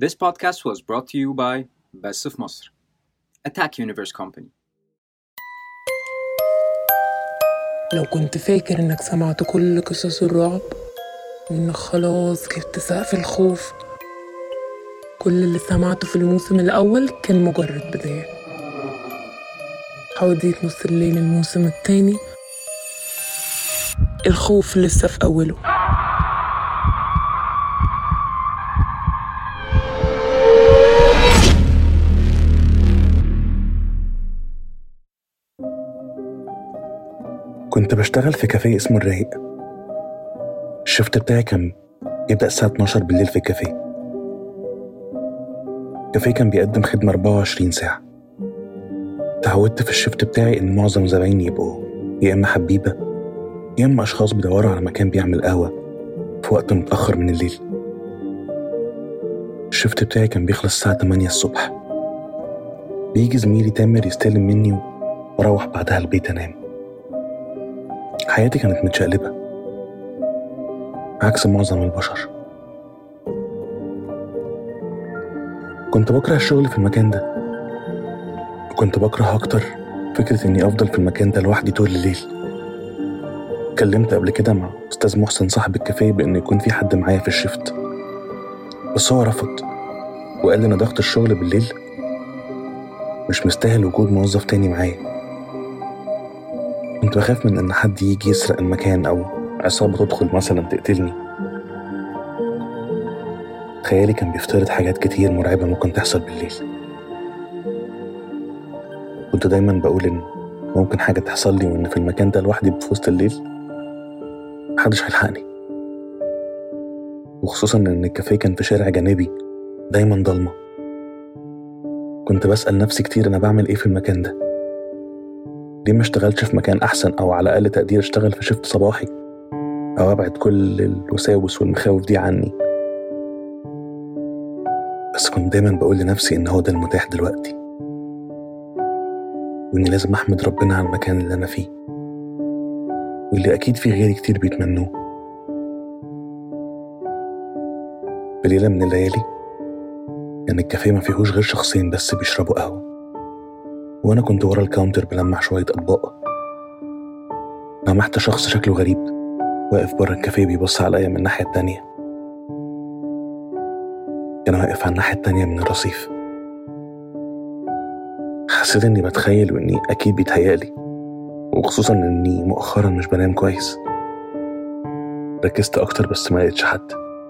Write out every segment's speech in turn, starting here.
This podcast was brought to you by Best of Masr, Attack Universe Company. لو كنت فاكر إنك سمعت كل قصص الرعب وإنك خلاص جبت سقف الخوف، كل اللي سمعته في الموسم الأول كان مجرد بداية. حواديت نص الليل الموسم الثاني، الخوف لسه في أوله. كنت بشتغل في كافيه اسمه الرايق. الشفت بتاعي كان يبدأ الساعة 12 بالليل في الكافيه. الكافيه كان بيقدم خدمة 24 ساعة. تعودت في الشفت بتاعي إن معظم زبايني يبقوا يا إما حبيبة يا إما أشخاص بيدوروا على مكان بيعمل قهوة في وقت متأخر من الليل. الشفت بتاعي كان بيخلص الساعة 8 الصبح. بيجي زميلي تامر يستلم مني وأروح بعدها البيت أنام. حياتي كانت متشقلبة عكس معظم البشر. كنت بكره الشغل في المكان ده، وكنت بكره أكتر فكرة إني أفضل في المكان ده لوحدي طول الليل. اتكلمت قبل كده مع أستاذ محسن صاحب الكافيه بإن يكون في حد معايا في الشفت، بس هو رفض وقال لي إن ضغط الشغل بالليل مش مستاهل وجود موظف تاني معايا. كنت بخاف من إن حد يجي يسرق المكان أو عصابة تدخل مثلا تقتلني. خيالي كان بيفترض حاجات كتير مرعبة ممكن تحصل بالليل. كنت دايما بقول إن ممكن حاجة تحصل لي وإن في المكان ده لوحدي في وسط الليل محدش هيلحقني، وخصوصا إن الكافيه كان في شارع جانبي دايما ضلمة. كنت بسأل نفسي كتير أنا بعمل إيه في المكان ده؟ ليه ما اشتغلش في مكان أحسن، أو على أقل تقدير اشتغل في شفت صباحي أو أبعد كل الوساوس والمخاوف دي عني؟ بس كنت دايما بقول لنفسي إن هو ده المتاح دلوقتي، وإني لازم أحمد ربنا على المكان اللي أنا فيه واللي أكيد فيه غيري كتير بيتمنوه. في ليلة من الليالي كان الكافيه ما فيهوش غير شخصين بس بيشربوا قهوة، وأنا كنت ورا الكاونتر بلمح شوية أطباق. لمحت شخص شكله غريب واقف برا الكافيه بيبص عليا من الناحية التانية. كان واقف على الناحية التانية من الرصيف. حسيت إني بتخيل وإني أكيد بيتهيألي، وخصوصا إني مؤخرا مش بنام كويس. ركزت أكتر بس ما لقيتش حد.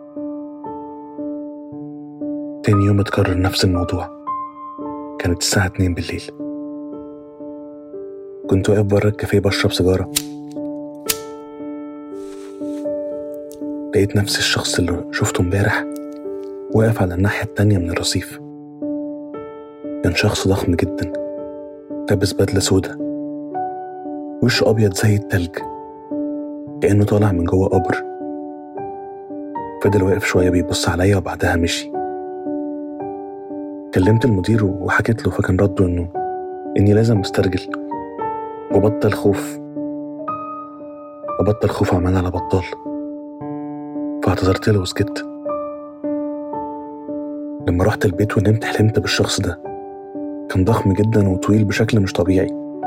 تاني يوم اتكرر نفس الموضوع. كانت الساعة 2 بالليل. كنت واقف برا الكافيه بشرب سيجارة. لقيت نفس الشخص اللي شفته امبارح واقف على الناحية التانية من الرصيف. كان شخص ضخم جدا، لابس بدلة سودا، وشه أبيض زي التلج كأنه طالع من جوه قبر. فضل واقف شوية بيبص عليا وبعدها مشي. كلمت المدير وحكيت له، فكان رده إني لازم استرجل وبطل خوف عمال على بطال. فاعتذرت له وسكت. لما رحت البيت ونمت حلمت بالشخص ده. كان ضخم جدا وطويل بشكل مش طبيعي.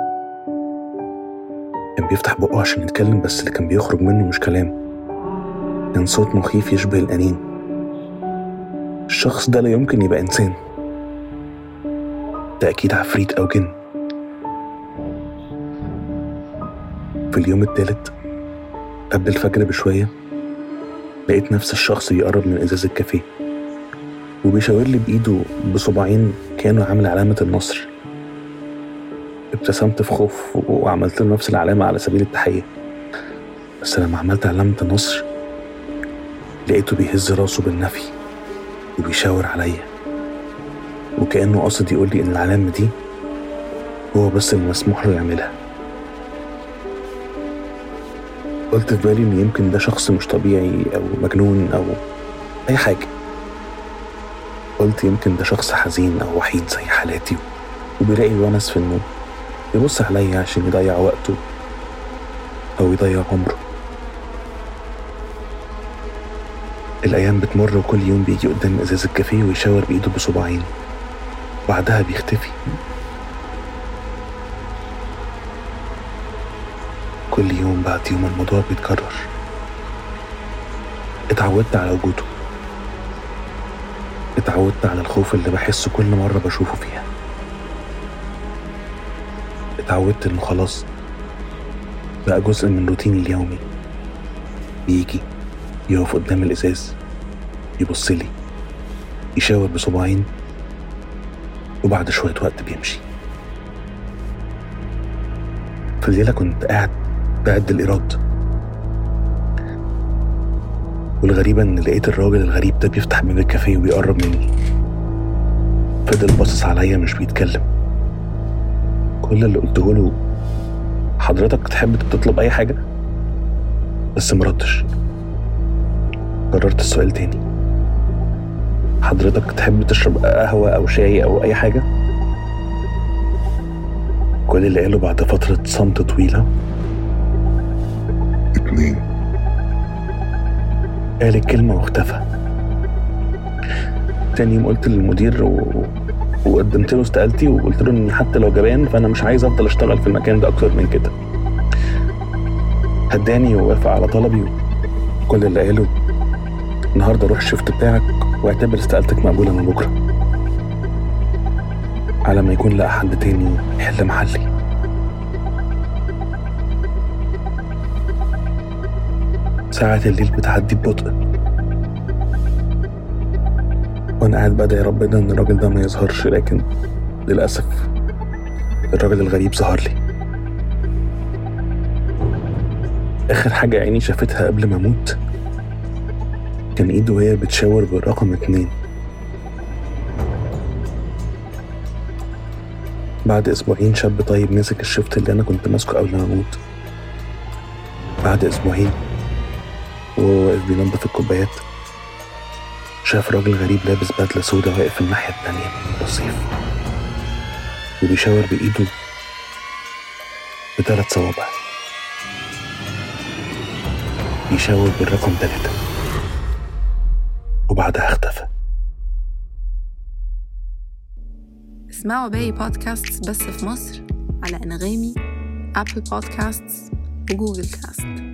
كان بيفتح بقه عشان يتكلم بس اللي كان بيخرج منه مش كلام، كان صوت مخيف يشبه الأنين. الشخص ده لا يمكن يبقى إنسان، ده أكيد عفريت أو جن. في اليوم الثالث قبل الفجر بشوية لقيت نفس الشخص بيقرب من إزاز الكافيه وبيشاور لي بإيده بصباعين كانوا عامل علامة النصر. ابتسمت في خوف وعملت له نفس العلامة على سبيل التحية، بس لما عملت علامة النصر لقيته بيهز راسه بالنفي وبيشاور عليا، وكأنه قصد يقول لي إن العلامة دي هو بس اللي مسموح له يعملها. قلت في بالي إن يمكن ده شخص مش طبيعي أو مجنون أو أي حاجة. قلت يمكن ده شخص حزين أو وحيد زي حالاتي وبيلاقي الونس في النوم، يبص عليا عشان يضيع وقته أو يضيع عمره. الأيام بتمر وكل يوم بيجي قدام إزاز الكافيه ويشاور بإيده بصباعين، بعدها بيختفي. كل يوم بعد يوم الموضوع بيتكرر. اتعودت على وجوده، اتعودت على الخوف اللي بحسه كل مرة بشوفه فيها، اتعودت إنه خلاص بقى جزء من روتيني اليومي. بيجي يقف قدام الإزاز، يبصلي، يشاور بصباعين، وبعد شوية وقت بيمشي. في الليلة كنت قاعد بعد الإيراد، والغريبة إن لقيت الراجل الغريب ده بيفتح باب الكافيه وبيقرب مني. فضل باصص عليا مش بيتكلم. كل اللي قلته له حضرتك تحب تطلب أي حاجة؟ بس مردش. قررت السؤال تاني، حضرتك تحب تشرب قهوة أو شاي أو أي حاجة؟ كل اللي قاله بعد فترة صمت طويلة 2. قال الكلمة واختفى. تاني يوم قلت للمدير وقدمت له استقالتي، وقلت له إن حتى لو جبان فأنا مش عايز أفضل أشتغل في المكان ده أكتر من كده. هداني ووافق على طلبي، وكل اللي قاله النهاردة روح الشفت بتاعك واعتبر استقالتك مقبولة من بكرة، على ما يكون لقى حد تاني يحل محلي. ساعات الليل بتعدي ببطء، وانا قاعد بدعي ربنا ان الراجل ده ما يظهرش، لكن للأسف الراجل الغريب ظهر لي. اخر حاجة عيني شافتها قبل ما اموت كان ايده وهي بتشاور بالرقم 2. بعد اسبوعين شاب طيب مسك الشفت اللي انا كنت ماسكه قبل ما اموت. بعد اسبوعين وهو واقف بينظف الكوبايات شاف راجل غريب لابس بدلة سودا واقف الناحية التانية من الرصيف وبيشاور بإيده ب3 صوابع، بيشاور بالرقم 3 وبعدها اختفى. اسمعوا باقي بودكاست بس في مصر على أنغامي، أبل بودكاستس وجوجل كاست.